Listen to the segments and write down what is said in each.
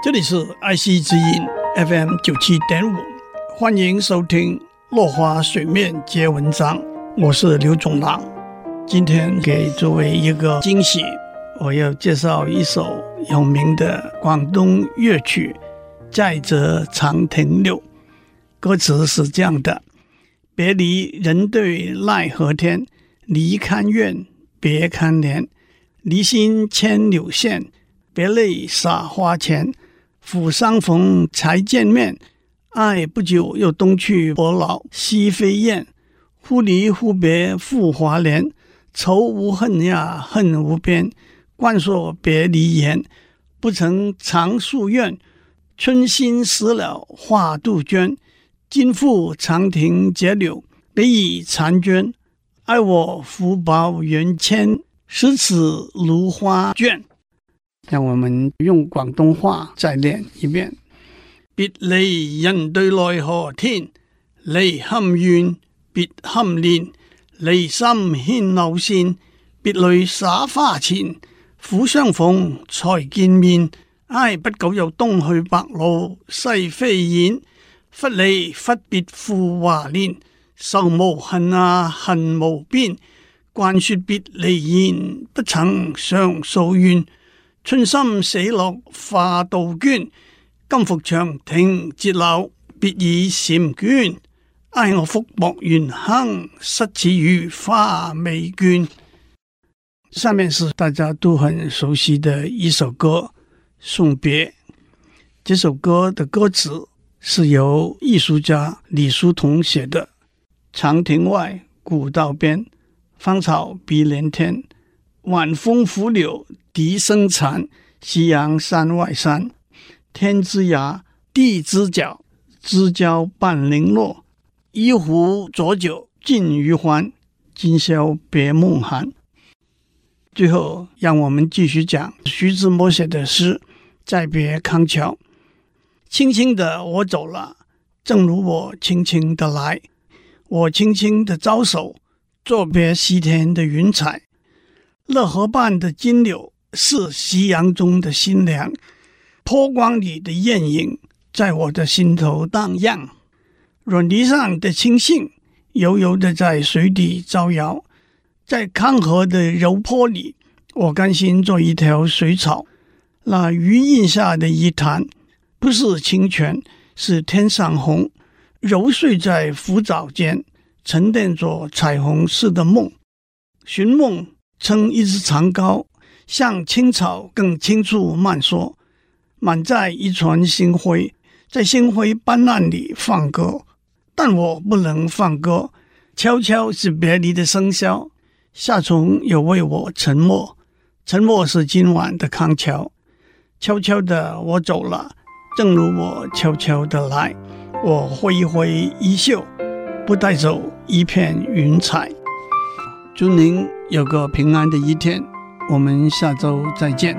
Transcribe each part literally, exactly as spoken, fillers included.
这里是爱惜之音 F M 九七点五，欢迎收听落花水面皆文章，我是刘总郎。今天给诸位一个惊喜，我要介绍一首有名的广东乐曲《在这长亭柳》。歌词是这样的：别离人对奈何天，离看怨别看怜，离心牵柳线，别泪洒花前。抚相逢才见面，爱不久又东去伯劳西飞雁。忽离忽别复华年，愁无恨呀恨无边。惯说别离言，不曾长夙愿。春心死了花杜鹃，今复长亭结柳，别已婵娟。爱我福薄缘浅，十此芦花卷。让我们用广东话再练一遍。別離人對奈何天，離堪怨別堪憐，離心牽柳線，別淚灑花前。撫相逢才見面，唉不久又東去白露西飛雁。忽離忽別復華年，愁無恨啊恨無邊。慣說別離言，不曾常夙願。春心死落花杜鵑，今復長亭折柳，別已嬋娟。哀我福薄緣亨，失此雨花未倦。下面是大家都很熟悉的一首歌《送別》。这首歌的歌词是由艺术家李叔同写的。长亭外，古道边，芳草碧连天。晚风拂柳笛声残，夕阳山外山。天之涯，地之角，知交半零落。一壶浊酒尽余欢，今宵别梦寒。最后让我们继续讲徐志摩写的诗《再别康桥》。轻轻的我走了，正如我轻轻的来。我轻轻的招手，作别西天的云彩。乐河畔的金柳是夕阳中的新娘，波光里的艳影在我的心头荡漾。软泥上的青荇悠悠的在水底招摇，在康河的柔波里，我甘心做一条水草。那余荫下的一潭，不是清泉，是天上虹，揉碎在浮藻间，沉淀着彩虹似的梦。寻梦撑一只长篙，向青草更青处漫溯，满载一船星辉，在星辉斑斓里放歌。但我不能放歌，悄悄是别离的笙箫，夏虫有为我沉默，沉默是今晚的康桥。悄悄的我走了，正如我悄悄的来。我挥一挥衣袖，不带走一片云彩。祝您有个平安的一天，我们下周再见。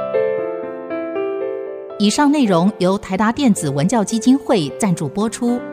以上内容由台达电子文教基金会赞助播出。